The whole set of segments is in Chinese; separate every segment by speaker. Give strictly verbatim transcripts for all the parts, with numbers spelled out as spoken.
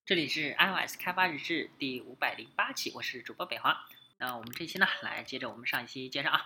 Speaker 1: 这里是 iOS 开发日志第五百零八期，我是主播北华。那我们这期呢，来接着我们上一期介绍啊，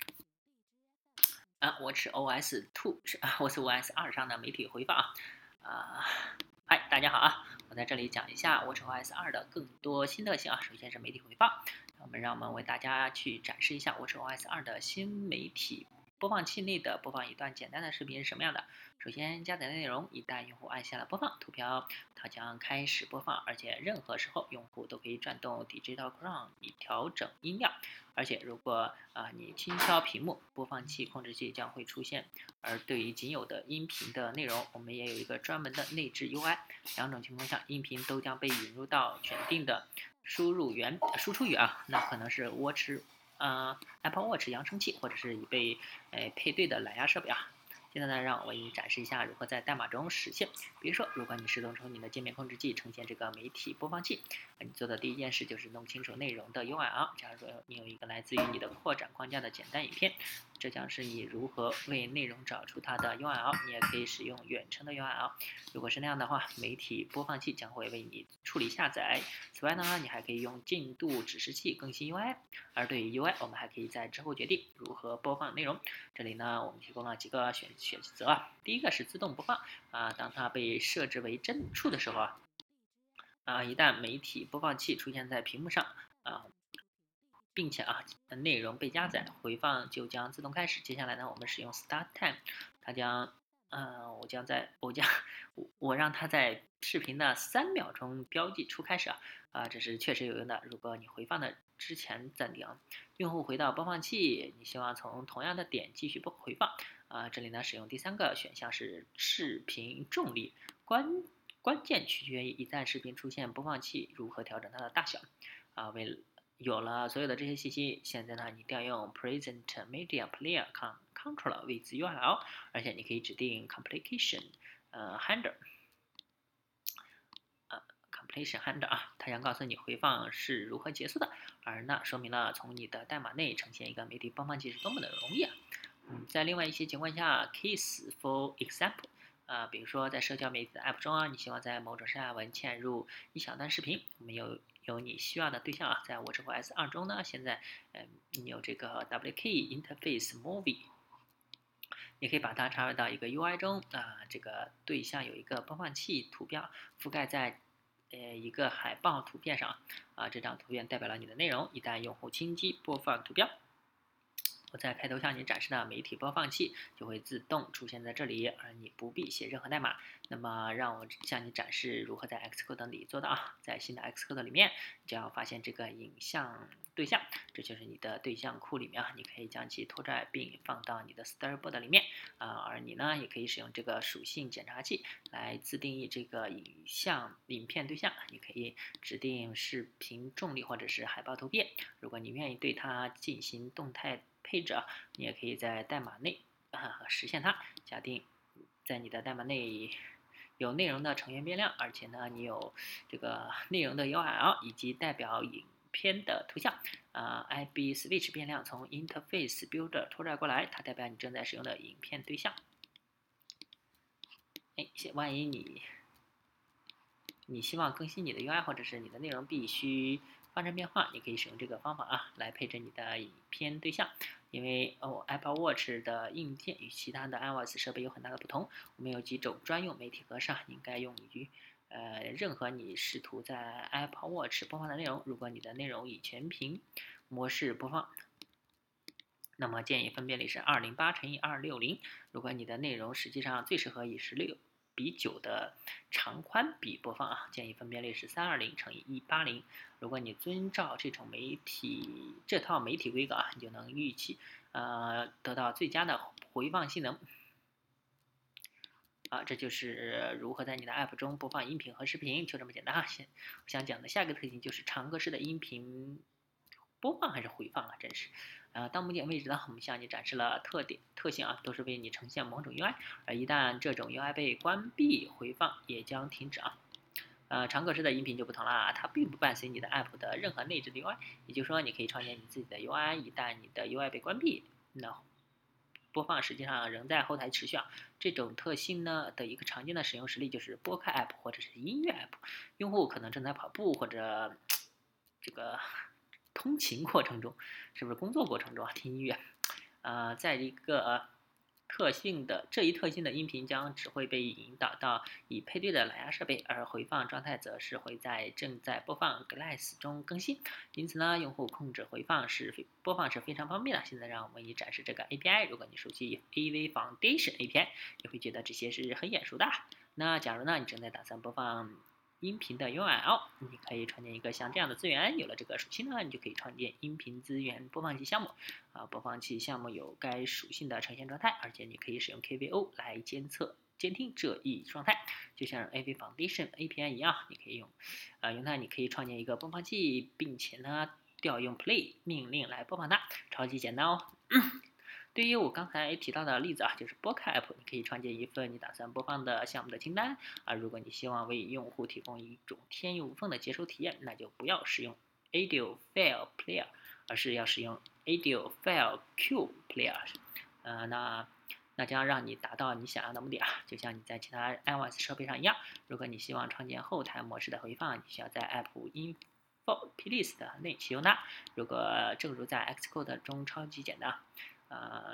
Speaker 1: 啊，WatchOS 二是啊，WatchOS 二上的媒体回放啊，啊，嗨，大家好啊，我在这里讲一下 WatchOS 二的更多新特性啊。首先是媒体回放，我们让我们为大家去展示一下 WatchOS 二的新媒体播放器内的播放一段简单的视频是什么样的。首先，加载内容一旦用户按下了播放图标，它将开始播放，而且任何时候用户都可以转动 Digital Crown 以调整音量。而且如果啊、呃、你轻敲屏幕，播放器控制器将会出现。而对于仅有的音频的内容，我们也有一个专门的内置 U I。两种情况下，音频都将被引入到选定的输入源、输出语啊，那可能是 Watch 呃 Apple Watch 扬声器，或者是已被呃配对的蓝牙设备啊。现在呢，让我为你展示一下如何在代码中实现。比如说，如果你是从你的界面控制器呈现这个媒体播放器，你做的第一件事就是弄清楚内容的 U R L。假如说你有一个来自于你的扩展框架的简单影片，这将是你如何为内容找出它的 U R L。你也可以使用远程的 U R L。如果是那样的话，媒体播放器将会为你处理下载。此外呢，你还可以用进度指示器更新 U I。而对于 U I，我们还可以在之后决定如何播放内容。这里呢，我们提供了几个选选择啊。第一个是自动播放啊，当它被设置为真处的时候啊，啊，一旦媒体播放器出现在屏幕上啊，并且啊内容被加载，回放就将自动开始。接下来呢，我们使用 Start Time，它将呃，我将在我将我让它在视频的三秒钟标记出开始啊啊，这是确实有用的。如果你回放的之前暂停，用户回到播放器，你希望从同样的点继续播回放啊，这里呢使用第三个选项是视频重力关。关键取决于一旦视频出现播放器如何调整它的大小啊。为有了所有的这些信息，现在呢，你调用 Present Media Player Controller with U R L， 而且你可以指定 Complication 呃 Handler， 呃 Completion Handler 啊，它将告诉你回放是如何结束的，而那说明了从你的代码内呈现一个媒体播放器是多么的容易啊。嗯，在另外一些情况下 ，Case for example。啊、呃，比如说在社交媒体的 App 中啊，你希望在某种上下文嵌入一小段视频，我们有有你需要的对象啊，在 WatchOS 二中呢，现在嗯、呃，你有这个 W K Interface Movie，你可以把它插入到一个 U I 中啊、呃，这个对象有一个播放器图标覆盖在呃一个海报图片上啊，这张图片代表了你的内容，一旦用户轻击播放图标。我在开头向你展示的媒体播放器就会自动出现在这里，而你不必写任何代码。那么，让我向你展示如何在 Xcode 里做到啊。在新的 Xcode 里面，你将要发现这个影像对象，这就是你的对象库里面啊，你可以将其拖拽并放到你的 Storyboard 里面啊。而你呢，也可以使用这个属性检查器来自定义这个影像影片对象。你可以指定视频重力或者是海报图片。如果你愿意对它进行动态配置啊，你也可以在代码内啊实现它。假定在你的代码内有内容的成员变量，而且呢，你有这个内容的 U R L 以及代表影片的图像啊 ，I B Switch 变量从 Interface Builder 拖拽过来，它代表你正在使用的影片对象。哎，万一你你希望更新你的 U I 或者是你的内容必须发生变化，你可以使用这个方法啊来配置你的影片对象。因为哦 Apple Watch 的硬件与其他的 iOS 设备有很大的不同，我们有几种专用媒体格式，应该用于呃任何你试图在 Apple Watch 播放的内容。如果你的内容以全屏模式播放，那么建议分辨率是二零八乘以二六零。如果你的内容实际上最适合以十六比九的长宽比播放啊，建议分辨率是三二零乘以一八零。如果你遵照这种媒体这套媒体规格啊，你就能预期呃得到最佳的回放性能。啊，这就是如何在你的 App 中播放音频和视频，就这么简单哈。先我想讲的下一个特性就是长格式的音频播放还是回放啊，真是。呃，到目前为止呢，我们向你展示了特点特性啊，都是为你呈现某种 U I，而一旦这种 U I 被关闭，回放也将停止啊。呃，长格式的音频就不同了，它并不伴随你的 App 的任何内置的 U I，也就是说，你可以创建你自己的 U I，一旦你的 U I 被关闭，那播放实际上仍在后台持续啊。这种特性呢的一个常见的使用实例就是播客 App 或者是音乐 App，用户可能正在跑步或者这个通勤过程中，是不是工作过程中啊听音乐？呃，在一个呃特性的这一特性的音频将只会被引导到已配对的蓝牙设备，而回放状态则是会在正在播放 Glass 中更新。因此呢，用户控制回放是播放是非常方便的。现在让我们一展示这个 A P I。如果你熟悉 A V Foundation A P I，你会觉得这些是很眼熟的。那假如呢，你正在打算播放音频的 U R L， 你可以创建一个像这样的资源。有了这个属性呢，你就可以创建音频资源播放器项目。啊，播放器项目有该属性的呈现状态，而且你可以使用 K V O 来监测监听这一状态，就像 A V Foundation A P I 一样，你可以用，呃，用它你可以创建一个播放器，并且呢调用 Play 命令来播放它，超级简单哦。对于我刚才提到的例子啊，就是播客 App， 你可以创建一份你打算播放的项目的清单啊。如果你希望为用户提供一种天衣无缝的接收体验，那就不要使用 Audio File Player， 而是要使用 Audio File Queue Player。呃，那那将让你达到你想要的目的啊，就像你在其他 iOS 设备上一样。如果你希望创建后台模式的回放，你需要在 App Info Playlist 内启用它。如果正如在 Xcode 中超级简单。呃，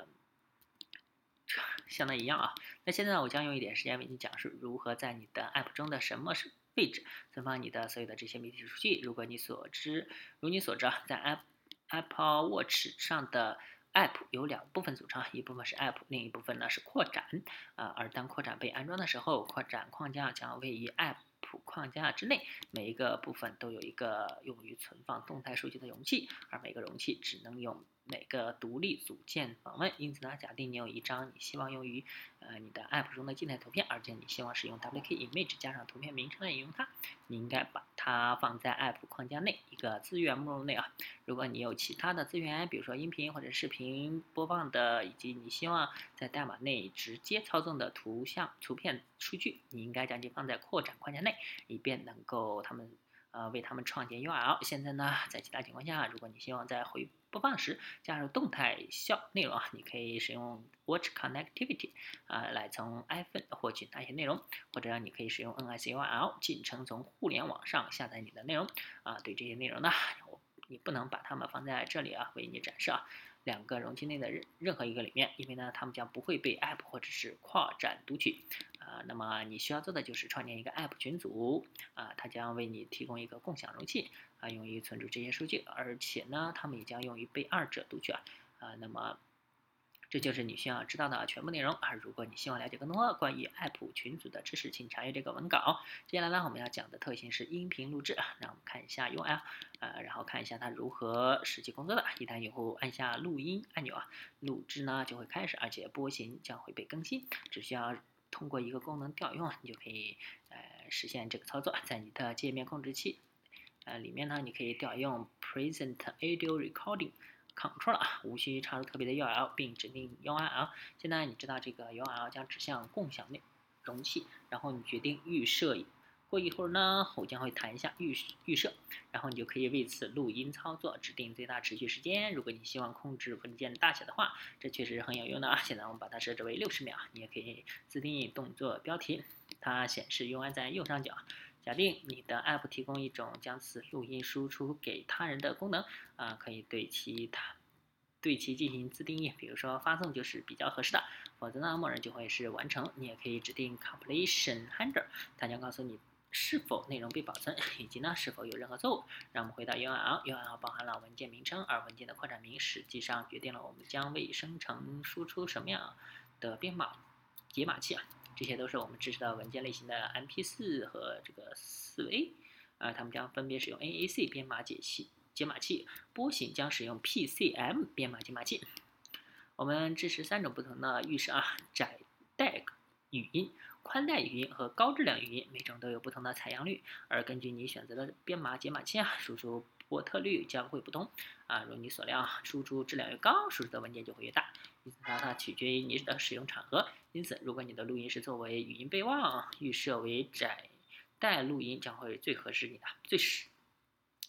Speaker 1: 相当一样啊。那现在呢，我将用一点时间为你讲述如何在你的 App 中的什么是位置存放你的所有的这些媒体数据。如果你所知，如你所知啊，在 App Apple Watch 上的 App 由两部分组成，一部分是 App， 另一部分呢是扩展啊、呃。而当扩展被安装的时候，扩展框架将位于 App框架之内，每一个部分都有一个用于存放动态数据的容器，而每个容器只能用每个独立组件访问。因此呢，假定你有一张你希望用于呃你的 App 中的静态图片，而且你希望使用 W K Image 加上图片名称来引用它，你应该把它放在 App 框架内一个资源目录内啊。如果你有其他的资源，比如说音频或者视频播放的，以及你希望在代码内直接操纵的图像、图片数据，你应该将其放在扩展框架内，以便能够他们呃为他们创建 U R L。现在呢，在其他情况下，如果你希望在回播放时加入动态效内容啊，你可以使用 Watch Connectivity 啊、呃、来从 iPhone 获取那些内容，或者你可以使用 N S U R L 进程从互联网上下载你的内容啊。对这些内容呢，你不能把它们放在这里啊，为你展示啊。两个容器内的任任何一个里面，因为呢，它们将不会被 App 或者是扩展读取啊、呃。那么你需要做的就是创建一个 App 群组啊、呃，它将为你提供一个共享容器啊、呃，用于存储这些数据，而且呢，它们也将用于被二者读取啊啊、呃。那么这就是你需要知道的全部内容啊！如果你希望了解更多关于 App 群组的知识，请查阅这个文稿。接下来呢，我们要讲的特性是音频录制啊。让我们看一下 U I， 呃，然后看一下它如何实际工作的。一旦用户按下录音按钮啊，录制呢就会开始，而且波形将会被更新。只需要通过一个功能调用，你就可以呃实现这个操作。在你的界面控制器呃里面呢，你可以调用 Present Audio Recording Control 啊，无需插入特别的 U R L， 并指定 U R L。现在你知道这个 U R L 将指向共享内容器，然后你决定预设。过一会儿呢，我将会弹一下预预设，然后你就可以为此录音操作，指定最大持续时间。如果你希望控制文件大小的话，这确实很有用的啊。现在我们把它设置为六十秒，你也可以自定义动作标题，它显示 U I 在右上角。假定你的 App 提供一种将此录音输出给他人的功能啊、呃，可以对其他对其进行自定义，比如说发送就是比较合适的，否则呢，默认就会是完成。你也可以指定 Completion Handler， 它将告诉你是否内容被保存，以及呢是否有任何错误。让我们回到 U R L，U R L 包含了文件名称，而文件的扩展名实际上决定了我们将为生成输出什么样的编码解码器啊。这些都是我们支持的文件类型的 M P 四 和这个 四 A， 啊，它们将分别使用 A A C 编码解析解码器，波形将使用 P C M 编码解码器。我们支持三种不同的预设啊，窄带语音、宽带语音和高质量语音，每种都有不同的采样率，而根据你选择的编码解码器啊，输出波特率将会不同啊。如你所料，输出质量越高，输出的文件就会越大。因此呢，它取决于你的使用场合。因此，如果你的录音是作为语音备忘，预设为窄带录音将会最合适你的，最适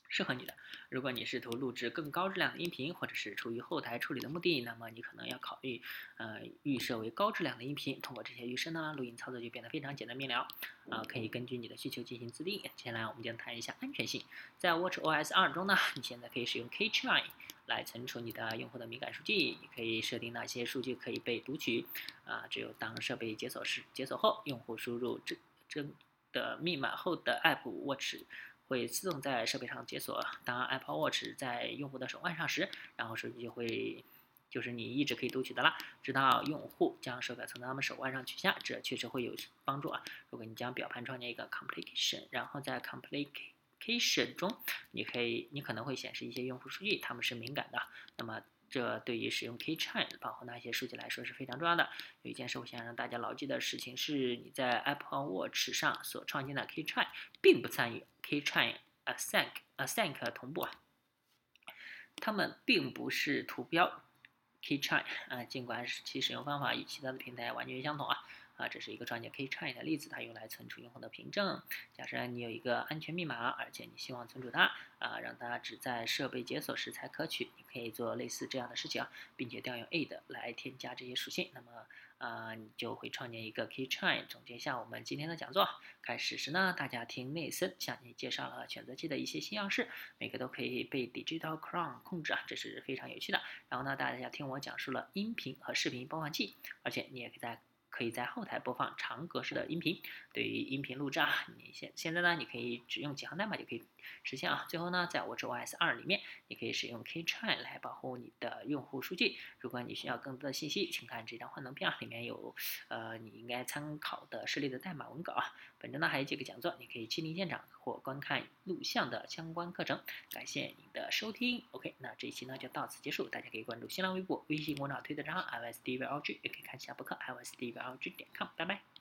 Speaker 1: 适合你的。如果你试图录制更高质量的音频，或者是出于后台处理的目的，那么你可能要考虑，呃，预设为高质量的音频。通过这些预设呢，录音操作就变得非常简单明了，啊、呃，可以根据你的需求进行自定义。接下来我们将谈一下安全性。在 watchOS 二中呢，你现在可以使用 Keychain 来存储你的用户的敏感数据，你可以设定哪些数据可以被读取，啊、呃，只有当设备解锁时解锁后，用户输入真真的密码后的 App Watch 会自动在设备上解锁。当 Apple Watch 在用户的手腕上时，然后手机就会就是你一直可以读取的啦，直到用户将手表从他们手腕上取下，这确实会有帮助啊。如果你将表盘创建一个 complication，然后在 complication 中，你可以你可能会显示一些用户数据，它们是敏感的。那么这对于使用 Keychain 保护那些数据来说是非常重要的。有一件事我想让大家牢记的事情是，你在 Apple Watch 上所创建的 Keychain 并不参与 Keychain Async Async 同步啊，它们并不是图标 Keychain 啊，尽管其使用方法与其他的平台完全相同啊。啊，这是一个创建 Keychain 的例子，它用来存储用户的凭证。假设你有一个安全密码，而且你希望存储它，啊，让它只在设备解锁时才可取，你可以做类似这样的事情啊，并且调用 A D 来添加这些属性。那么，啊，你就会创建一个 Keychain。总结一下我们今天的讲座。开始时呢，大家听内森向你介绍了选择器的一些新样式，每个都可以被 Digital Crown 控制啊，这是非常有趣的。然后呢，大家听我讲述了音频和视频播放器，而且你也可以在可以在后台播放长格式的音频。对于音频录制啊，你现现在呢，你可以只用几行代码就可以实现啊。最后呢，在 watchOS 二里面，你可以使用 Keychain 来保护你的用户数据。如果你需要更多的信息，请看这张幻灯片啊，里面有呃你应该参考的示例的代码文稿啊。本周呢还有几个讲座，你可以亲临现场或观看录像的相关课程。感谢你的收听。OK， 那这一期呢就到此结束。大家可以关注新浪微博、微信公众号、推特账号 i o s d v l g， 也可以看其他博客 i o s d v l g 点 com。拜拜。